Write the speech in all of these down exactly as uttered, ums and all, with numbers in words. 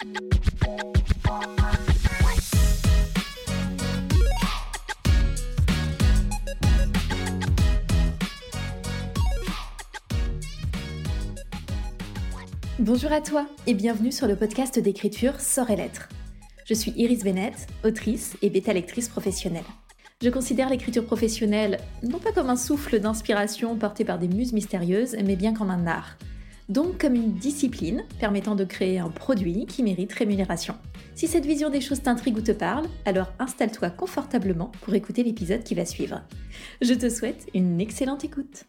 Bonjour à toi et bienvenue sur le podcast d'écriture Sort et Lettres. Je suis Iris Bennett, autrice et bêta-lectrice professionnelle. Je considère l'écriture professionnelle non pas comme un souffle d'inspiration porté par des muses mystérieuses, mais bien comme un art. Donc comme une discipline permettant de créer un produit qui mérite rémunération. Si cette vision des choses t'intrigue ou te parle, alors installe-toi confortablement pour écouter l'épisode qui va suivre. Je te souhaite une excellente écoute.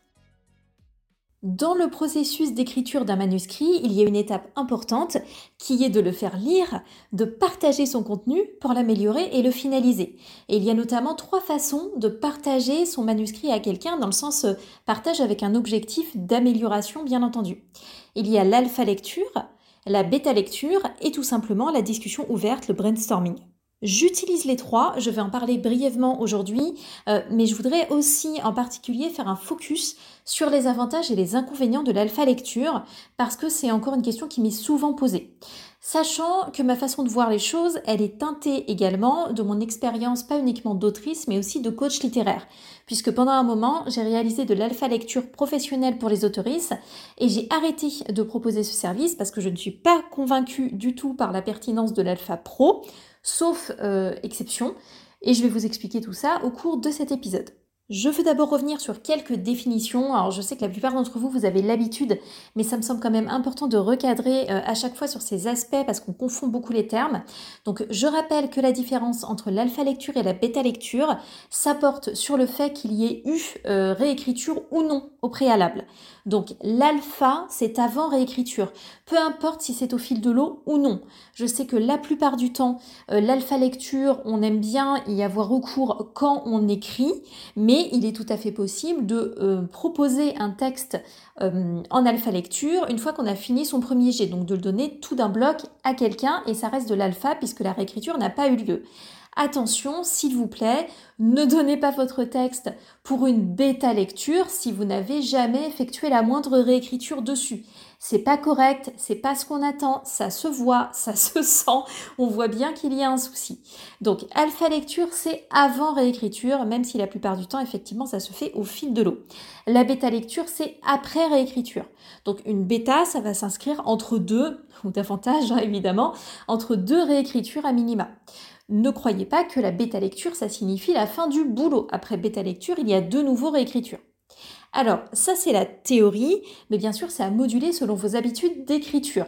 Dans le processus d'écriture d'un manuscrit, il y a une étape importante qui est de le faire lire, de partager son contenu pour l'améliorer et le finaliser. Et il y a notamment trois façons de partager son manuscrit à quelqu'un, dans le sens euh, partage avec un objectif d'amélioration bien entendu. Il y a l'alpha lecture, la bêta lecture et tout simplement la discussion ouverte, le brainstorming. J'utilise les trois, je vais en parler brièvement aujourd'hui, euh, mais je voudrais aussi en particulier faire un focus sur les avantages et les inconvénients de l'alpha lecture, parce que c'est encore une question qui m'est souvent posée. Sachant que ma façon de voir les choses, elle est teintée également de mon expérience, pas uniquement d'autrice, mais aussi de coach littéraire. Puisque pendant un moment, j'ai réalisé de l'alpha lecture professionnelle pour les autrices et j'ai arrêté de proposer ce service parce que je ne suis pas convaincue du tout par la pertinence de l'alpha pro, sauf euh, exception, et je vais vous expliquer tout ça au cours de cet épisode. Je veux d'abord revenir sur quelques définitions. Alors je sais que la plupart d'entre vous, vous avez l'habitude, mais ça me semble quand même important de recadrer euh, à chaque fois sur ces aspects parce qu'on confond beaucoup les termes. Donc je rappelle que la différence entre l'alpha lecture et la bêta lecture, ça porte sur le fait qu'il y ait eu euh, réécriture ou non au préalable. Donc l'alpha, c'est avant réécriture, peu importe si c'est au fil de l'eau ou non. Je sais que la plupart du temps, euh, l'alpha lecture, on aime bien y avoir recours quand on écrit, mais il est tout à fait possible de euh, proposer un texte euh, en alpha lecture une fois qu'on a fini son premier jet, donc de le donner tout d'un bloc à quelqu'un et ça reste de l'alpha puisque la réécriture n'a pas eu lieu. Attention, s'il vous plaît, ne donnez pas votre texte pour une bêta lecture si vous n'avez jamais effectué la moindre réécriture dessus. C'est pas correct, c'est pas ce qu'on attend, ça se voit, ça se sent, on voit bien qu'il y a un souci. Donc alpha lecture, c'est avant réécriture, même si la plupart du temps, effectivement, ça se fait au fil de l'eau. La bêta lecture, c'est après réécriture. Donc une bêta, ça va s'inscrire entre deux, ou davantage hein, évidemment, entre deux réécritures à minima. Ne croyez pas que la bêta lecture, ça signifie la fin du boulot. Après bêta lecture, il y a de nouveau réécriture. Alors, ça c'est la théorie, mais bien sûr, c'est à moduler selon vos habitudes d'écriture.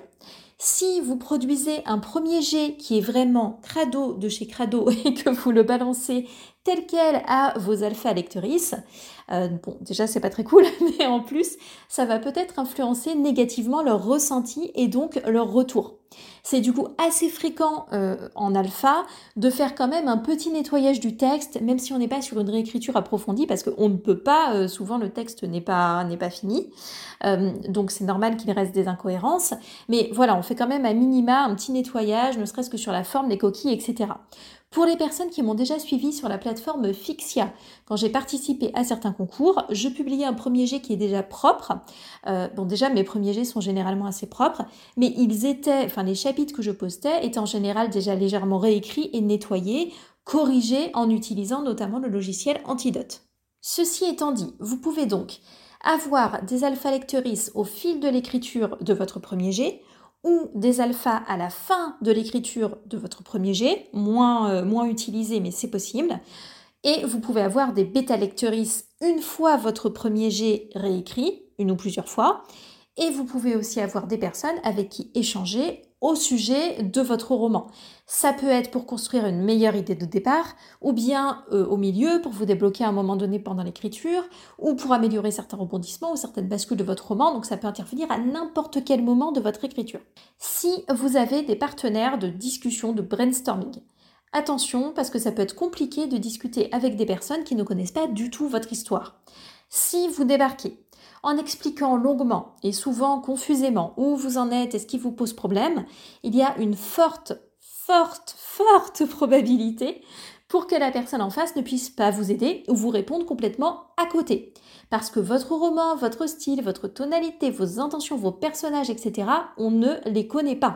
Si vous produisez un premier jet qui est vraiment crado de chez crado et que vous le balancez tel quel à vos alpha lectrices, euh, bon, déjà c'est pas très cool, mais en plus, ça va peut-être influencer négativement leur ressenti et donc leur retour. C'est du coup assez fréquent euh, en alpha de faire quand même un petit nettoyage du texte, même si on n'est pas sur une réécriture approfondie, parce qu'on ne peut pas, euh, souvent le texte n'est pas, n'est pas fini, euh, donc c'est normal qu'il reste des incohérences, mais voilà, on fait quand même à minima un petit nettoyage, ne serait-ce que sur la forme, les coquilles, et cetera. Pour les personnes qui m'ont déjà suivi sur la plateforme Fixia, quand j'ai participé à certains concours, je publiais un premier jet qui est déjà propre. Euh, bon, déjà, mes premiers jets sont généralement assez propres, mais ils étaient, enfin, les chapitres que je postais étaient en général déjà légèrement réécrits et nettoyés, corrigés en utilisant notamment le logiciel Antidote. Ceci étant dit, vous pouvez donc avoir des alpha lectrices au fil de l'écriture de votre premier jet, ou des alphas à la fin de l'écriture de votre premier jet, moins, euh, moins utilisés, mais c'est possible. Et vous pouvez avoir des bêta-lectrices une fois votre premier jet réécrit, une ou plusieurs fois. Et vous pouvez aussi avoir des personnes avec qui échanger au sujet de votre roman. Ça peut être pour construire une meilleure idée de départ, ou bien euh, au milieu pour vous débloquer à un moment donné pendant l'écriture, ou pour améliorer certains rebondissements ou certaines bascules de votre roman, donc ça peut intervenir à n'importe quel moment de votre écriture. Si vous avez des partenaires de discussion, de brainstorming, attention parce que ça peut être compliqué de discuter avec des personnes qui ne connaissent pas du tout votre histoire. Si vous débarquez en expliquant longuement et souvent confusément où vous en êtes et ce qui vous pose problème, il y a une forte, forte, forte probabilité pour que la personne en face ne puisse pas vous aider ou vous répondre complètement à côté. Parce que votre roman, votre style, votre tonalité, vos intentions, vos personnages, et cetera, on ne les connaît pas.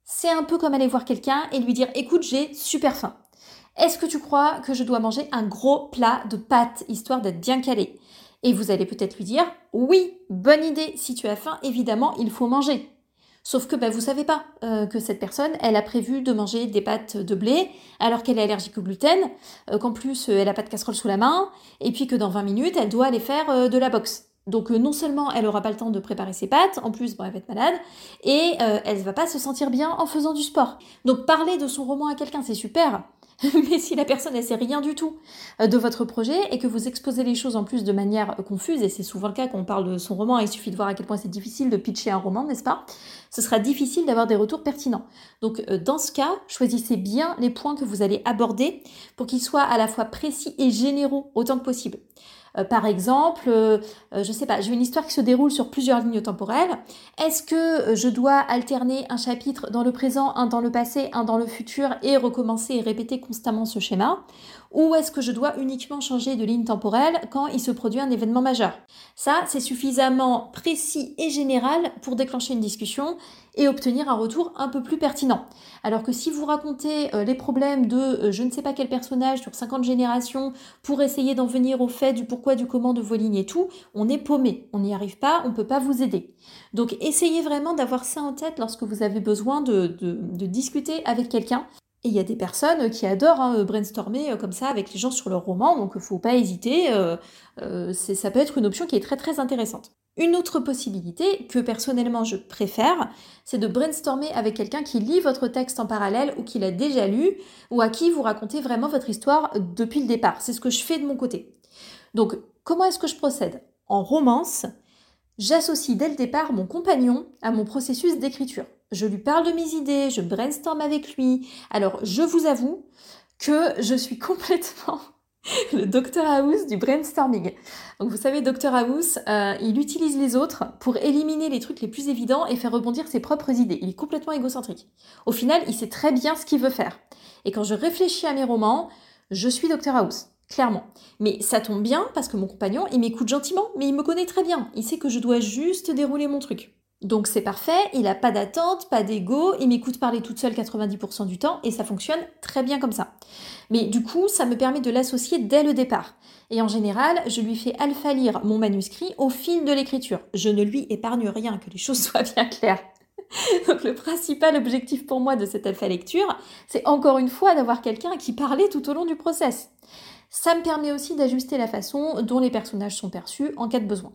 C'est un peu comme aller voir quelqu'un et lui dire « Écoute, j'ai super faim. Est-ce que tu crois que je dois manger un gros plat de pâtes, histoire d'être bien calé ?» Et vous allez peut-être lui dire « Oui, bonne idée, si tu as faim, évidemment, il faut manger. » Sauf que bah, vous ne savez pas euh, que cette personne, elle a prévu de manger des pâtes de blé alors qu'elle est allergique au gluten, euh, qu'en plus euh, elle n'a pas de casserole sous la main, et puis que dans vingt minutes, elle doit aller faire euh, de la boxe. Donc euh, non seulement elle n'aura pas le temps de préparer ses pâtes, en plus bon, elle va être malade, et euh, elle ne va pas se sentir bien en faisant du sport. Donc parler de son roman à quelqu'un, c'est super. Mais si la personne ne sait rien du tout de votre projet et que vous exposez les choses en plus de manière confuse, et c'est souvent le cas quand on parle de son roman, il suffit de voir à quel point c'est difficile de pitcher un roman, n'est-ce pas ? Ce sera difficile d'avoir des retours pertinents. Donc dans ce cas, choisissez bien les points que vous allez aborder pour qu'ils soient à la fois précis et généraux autant que possible. Euh, par exemple, euh, je sais pas, j'ai une histoire qui se déroule sur plusieurs lignes temporelles. Est-ce que je dois alterner un chapitre dans le présent, un dans le passé, un dans le futur et recommencer et répéter constamment ce schéma ? Ou est-ce que je dois uniquement changer de ligne temporelle quand il se produit un événement majeur ? Ça, c'est suffisamment précis et général pour déclencher une discussion et obtenir un retour un peu plus pertinent. Alors que si vous racontez euh, les problèmes de euh, je ne sais pas quel personnage sur cinquante générations pour essayer d'en venir au fait du pourquoi, du comment de vos lignes et tout, on est paumé, on n'y arrive pas, on ne peut pas vous aider. Donc essayez vraiment d'avoir ça en tête lorsque vous avez besoin de, de, de discuter avec quelqu'un. Et il y a des personnes qui adorent hein, brainstormer comme ça avec les gens sur leur roman, donc il ne faut pas hésiter, euh, euh, c'est, ça peut être une option qui est très très intéressante. Une autre possibilité que personnellement je préfère, c'est de brainstormer avec quelqu'un qui lit votre texte en parallèle ou qui l'a déjà lu ou à qui vous racontez vraiment votre histoire depuis le départ. C'est ce que je fais de mon côté. Donc comment est-ce que je procède ? En romance, j'associe dès le départ mon compagnon à mon processus d'écriture. Je lui parle de mes idées, je brainstorm avec lui. Alors je vous avoue que je suis complètement le docteur House du brainstorming. Donc vous savez, docteur House, euh, il utilise les autres pour éliminer les trucs les plus évidents et faire rebondir ses propres idées. Il est complètement égocentrique. Au final, il sait très bien ce qu'il veut faire. Et quand je réfléchis à mes romans, je suis docteur House, clairement. Mais ça tombe bien parce que mon compagnon, il m'écoute gentiment, mais il me connaît très bien. Il sait que je dois juste dérouler mon truc. Donc c'est parfait, il n'a pas d'attente, pas d'ego, il m'écoute parler toute seule quatre-vingt-dix pour cent du temps et ça fonctionne très bien comme ça. Mais du coup, ça me permet de l'associer dès le départ. Et en général, je lui fais alpha lire mon manuscrit au fil de l'écriture. Je ne lui épargne rien, que les choses soient bien claires. Donc le principal objectif pour moi de cette alpha lecture, c'est encore une fois d'avoir quelqu'un qui parlait tout au long du process. Ça me permet aussi d'ajuster la façon dont les personnages sont perçus en cas de besoin.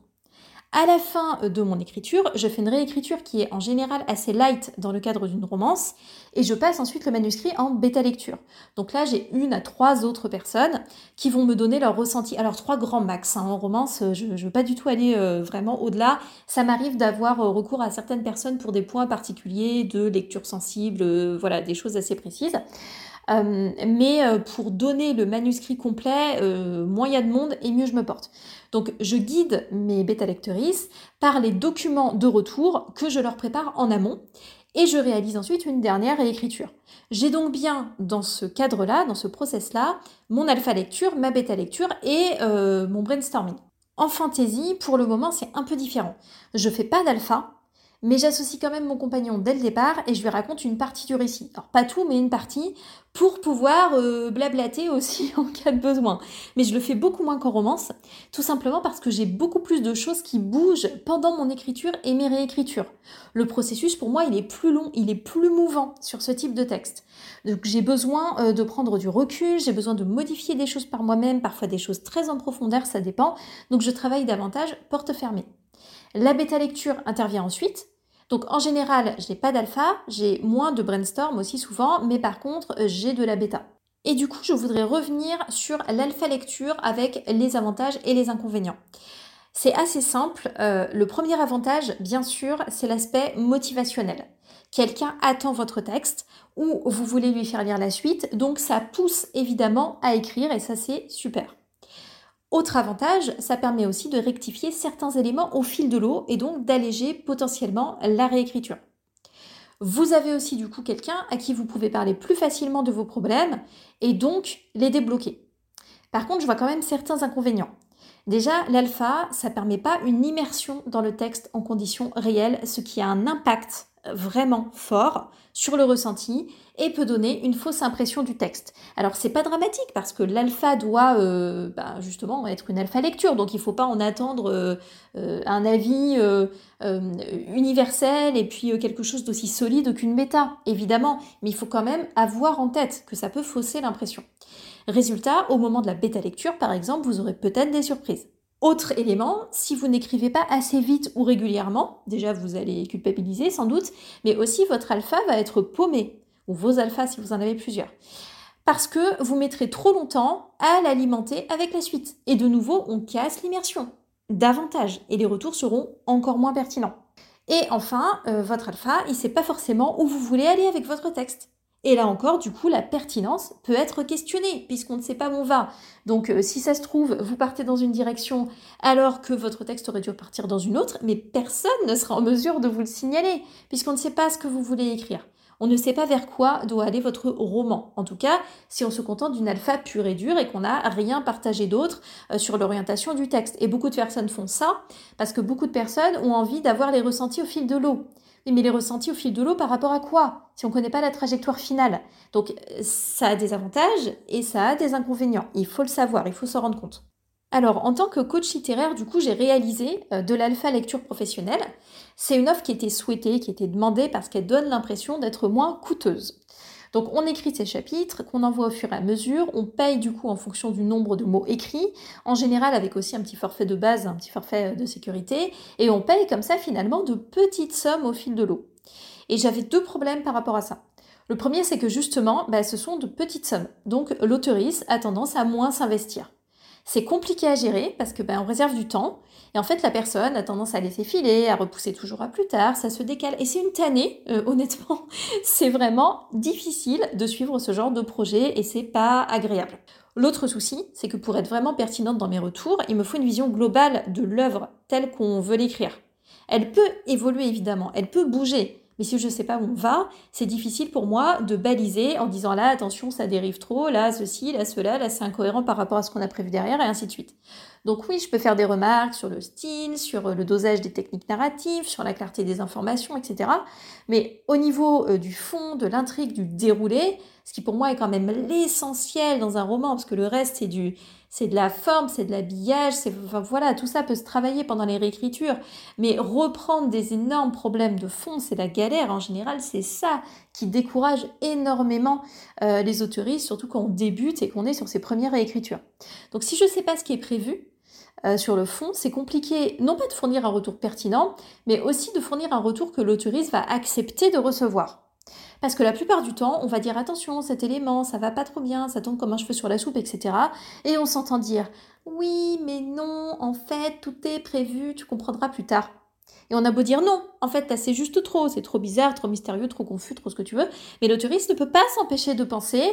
À la fin de mon écriture, je fais une réécriture qui est en général assez light dans le cadre d'une romance et je passe ensuite le manuscrit en bêta lecture. Donc là, j'ai une à trois autres personnes qui vont me donner leur ressenti. Alors trois grands max, hein. En romance, je ne veux pas du tout aller euh, vraiment au-delà. Ça m'arrive d'avoir euh, recours à certaines personnes pour des points particuliers de lecture sensible, euh, voilà, des choses assez précises. Euh, mais euh, pour donner le manuscrit complet, euh, moins il y a de monde et mieux je me porte. Donc je guide mes bêta-lectrices par les documents de retour que je leur prépare en amont et je réalise ensuite une dernière réécriture. J'ai donc bien dans ce cadre-là, dans ce process-là, mon alpha-lecture, ma bêta-lecture et euh, mon brainstorming. En fantasy, pour le moment, c'est un peu différent. Je fais pas d'alpha, mais j'associe quand même mon compagnon dès le départ et je lui raconte une partie du récit. Alors pas tout, mais une partie, pour pouvoir euh, blablater aussi en cas de besoin. Mais je le fais beaucoup moins qu'en romance, tout simplement parce que j'ai beaucoup plus de choses qui bougent pendant mon écriture et mes réécritures. Le processus, pour moi, il est plus long, il est plus mouvant sur ce type de texte. Donc j'ai besoin euh, de prendre du recul, j'ai besoin de modifier des choses par moi-même, parfois des choses très en profondeur, ça dépend. Donc je travaille davantage porte fermée. La bêta-lecture intervient ensuite. Donc en général, je n'ai pas d'alpha, j'ai moins de brainstorm aussi souvent, mais par contre, j'ai de la bêta. Et du coup, je voudrais revenir sur l'alpha lecture avec les avantages et les inconvénients. C'est assez simple. Euh, le premier avantage, bien sûr, c'est l'aspect motivationnel. Quelqu'un attend votre texte ou vous voulez lui faire lire la suite, donc ça pousse évidemment à écrire et ça c'est super. Autre avantage, ça permet aussi de rectifier certains éléments au fil de l'eau et donc d'alléger potentiellement la réécriture. Vous avez aussi du coup quelqu'un à qui vous pouvez parler plus facilement de vos problèmes et donc les débloquer. Par contre, je vois quand même certains inconvénients. Déjà, l'alpha, ça ne permet pas une immersion dans le texte en conditions réelles, ce qui a un impact vraiment fort sur le ressenti et peut donner une fausse impression du texte. Alors c'est pas dramatique parce que l'alpha doit euh, bah, justement être une alpha lecture, donc il faut pas en attendre euh, euh, un avis euh, euh, universel et puis euh, quelque chose d'aussi solide qu'une bêta, évidemment, mais il faut quand même avoir en tête que ça peut fausser l'impression. Résultat, au moment de la bêta lecture par exemple, vous aurez peut-être des surprises. Autre élément, si vous n'écrivez pas assez vite ou régulièrement, déjà vous allez culpabiliser sans doute, mais aussi votre alpha va être paumé, ou vos alphas si vous en avez plusieurs. Parce que vous mettrez trop longtemps à l'alimenter avec la suite. Et de nouveau, on casse l'immersion. Davantage. Et les retours seront encore moins pertinents. Et enfin, euh, votre alpha, il ne sait pas forcément où vous voulez aller avec votre texte. Et là encore, du coup, la pertinence peut être questionnée, puisqu'on ne sait pas où on va. Donc, euh, si ça se trouve, vous partez dans une direction alors que votre texte aurait dû partir dans une autre, mais personne ne sera en mesure de vous le signaler, puisqu'on ne sait pas ce que vous voulez écrire. On ne sait pas vers quoi doit aller votre roman. En tout cas, si on se contente d'une alpha pure et dure et qu'on n'a rien partagé d'autre euh, sur l'orientation du texte. Et beaucoup de personnes font ça parce que beaucoup de personnes ont envie d'avoir les ressentis au fil de l'eau. Oui, mais les ressentis au fil de l'eau par rapport à quoi? Si on ne connaît pas la trajectoire finale. Donc, ça a des avantages et ça a des inconvénients. Il faut le savoir, il faut s'en rendre compte. Alors, en tant que coach littéraire, du coup, j'ai réalisé euh, de l'alpha lecture professionnelle. C'est une offre qui était souhaitée, qui était demandée parce qu'elle donne l'impression d'être moins coûteuse. Donc, on écrit ces chapitres qu'on envoie au fur et à mesure. On paye du coup en fonction du nombre de mots écrits, en général avec aussi un petit forfait de base, un petit forfait de sécurité. Et on paye comme ça finalement de petites sommes au fil de l'eau. Et j'avais deux problèmes par rapport à ça. Le premier, c'est que justement, bah, ce sont de petites sommes. Donc, l'auteurice a tendance à moins s'investir. C'est compliqué à gérer parce que ben, on réserve du temps et en fait la personne a tendance à laisser filer, à repousser toujours à plus tard, ça se décale et c'est une tannée, euh, honnêtement, c'est vraiment difficile de suivre ce genre de projet et c'est pas agréable. L'autre souci, c'est que pour être vraiment pertinente dans mes retours, il me faut une vision globale de l'œuvre telle qu'on veut l'écrire. Elle peut évoluer évidemment, elle peut bouger. Mais si je ne sais pas où on va, c'est difficile pour moi de baliser en disant là, attention, ça dérive trop, là, ceci, là, cela, là, c'est incohérent par rapport à ce qu'on a prévu derrière, et ainsi de suite. Donc oui, je peux faire des remarques sur le style, sur le dosage des techniques narratives, sur la clarté des informations, et cetera. Mais au niveau euh, du fond, de l'intrigue, du déroulé, ce qui pour moi est quand même l'essentiel dans un roman, parce que le reste, c'est du... c'est de la forme, c'est de l'habillage, c'est, enfin, voilà, tout ça peut se travailler pendant les réécritures. Mais reprendre des énormes problèmes de fond, c'est la galère. En général, c'est ça qui décourage énormément euh, les auteuristes, surtout quand on débute et qu'on est sur ses premières réécritures. Donc si je ne sais pas ce qui est prévu, Euh, sur le fond, c'est compliqué, non pas de fournir un retour pertinent, mais aussi de fournir un retour que l'auteuriste va accepter de recevoir. Parce que la plupart du temps, on va dire attention, cet élément, ça va pas trop bien, ça tombe comme un cheveu sur la soupe, et cetera. Et on s'entend dire oui, mais non, en fait, tout est prévu, tu comprendras plus tard. Et on a beau dire non, en fait, là, c'est juste trop, c'est trop bizarre, trop mystérieux, trop confus, trop ce que tu veux. Mais l'auteuriste ne peut pas s'empêcher de penser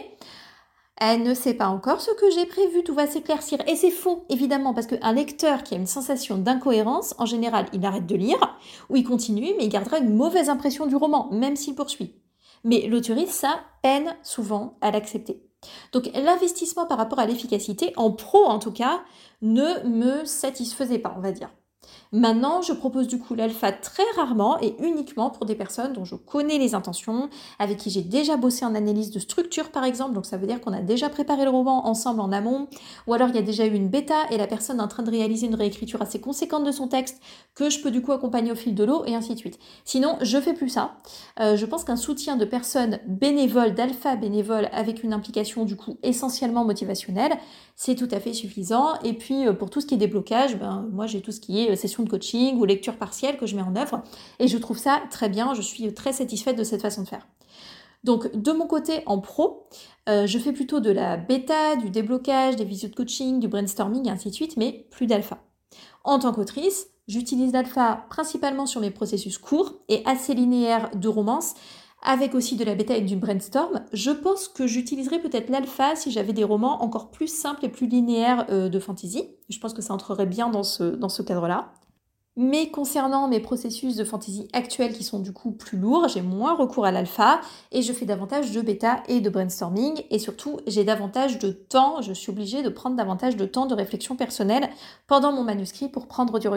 elle ne sait pas encore ce que j'ai prévu, tout va s'éclaircir. Et c'est faux, évidemment, parce qu'un lecteur qui a une sensation d'incohérence, en général, il arrête de lire, ou il continue, mais il gardera une mauvaise impression du roman, même s'il poursuit. Mais l'auteuriste, ça peine souvent à l'accepter. Donc l'investissement par rapport à l'efficacité, en pro en tout cas, ne me satisfaisait pas, on va dire. Maintenant, je propose du coup l'alpha très rarement et uniquement pour des personnes dont je connais les intentions, avec qui j'ai déjà bossé en analyse de structure par exemple, donc ça veut dire qu'on a déjà préparé le roman ensemble en amont, ou alors il y a déjà eu une bêta et la personne est en train de réaliser une réécriture assez conséquente de son texte que je peux du coup accompagner au fil de l'eau et ainsi de suite. Sinon, je fais plus ça. Euh, je pense qu'un soutien de personnes bénévoles, d'alpha bénévoles, avec une implication du coup essentiellement motivationnelle, c'est tout à fait suffisant. Et puis pour tout ce qui est déblocage, ben, moi j'ai tout ce qui est session de coaching ou lecture partielle que je mets en œuvre et je trouve ça très bien, je suis très satisfaite de cette façon de faire. Donc de mon côté en pro, euh, je fais plutôt de la bêta, du déblocage, des visios de coaching, du brainstorming et ainsi de suite, mais plus d'alpha. En tant qu'autrice, j'utilise l'alpha principalement sur mes processus courts et assez linéaires de romance, avec aussi de la bêta et du brainstorm. Je pense que j'utiliserais peut-être l'alpha si j'avais des romans encore plus simples et plus linéaires euh, de fantasy. Je pense que ça entrerait bien dans ce, dans ce cadre-là. Mais concernant mes processus de fantasy actuels qui sont du coup plus lourds, j'ai moins recours à l'alpha et je fais davantage de bêta et de brainstorming et surtout j'ai davantage de temps, je suis obligée de prendre davantage de temps de réflexion personnelle pendant mon manuscrit pour prendre du recul.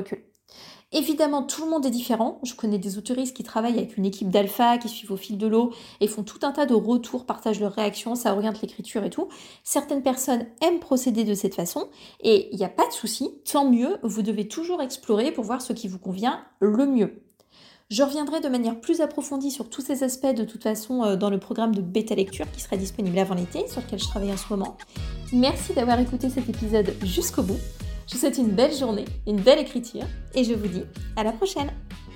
Évidemment, tout le monde est différent. Je connais des autoristes qui travaillent avec une équipe d'alpha, qui suivent au fil de l'eau et font tout un tas de retours, partagent leurs réactions, ça oriente l'écriture et tout. Certaines personnes aiment procéder de cette façon et il n'y a pas de souci, tant mieux, vous devez toujours explorer pour voir ce qui vous convient le mieux. Je reviendrai de manière plus approfondie sur tous ces aspects de toute façon euh, dans le programme de bêta lecture qui sera disponible avant l'été, sur lequel je travaille en ce moment. Merci d'avoir écouté cet épisode jusqu'au bout. Je vous souhaite une belle journée, une belle écriture et je vous dis à la prochaine.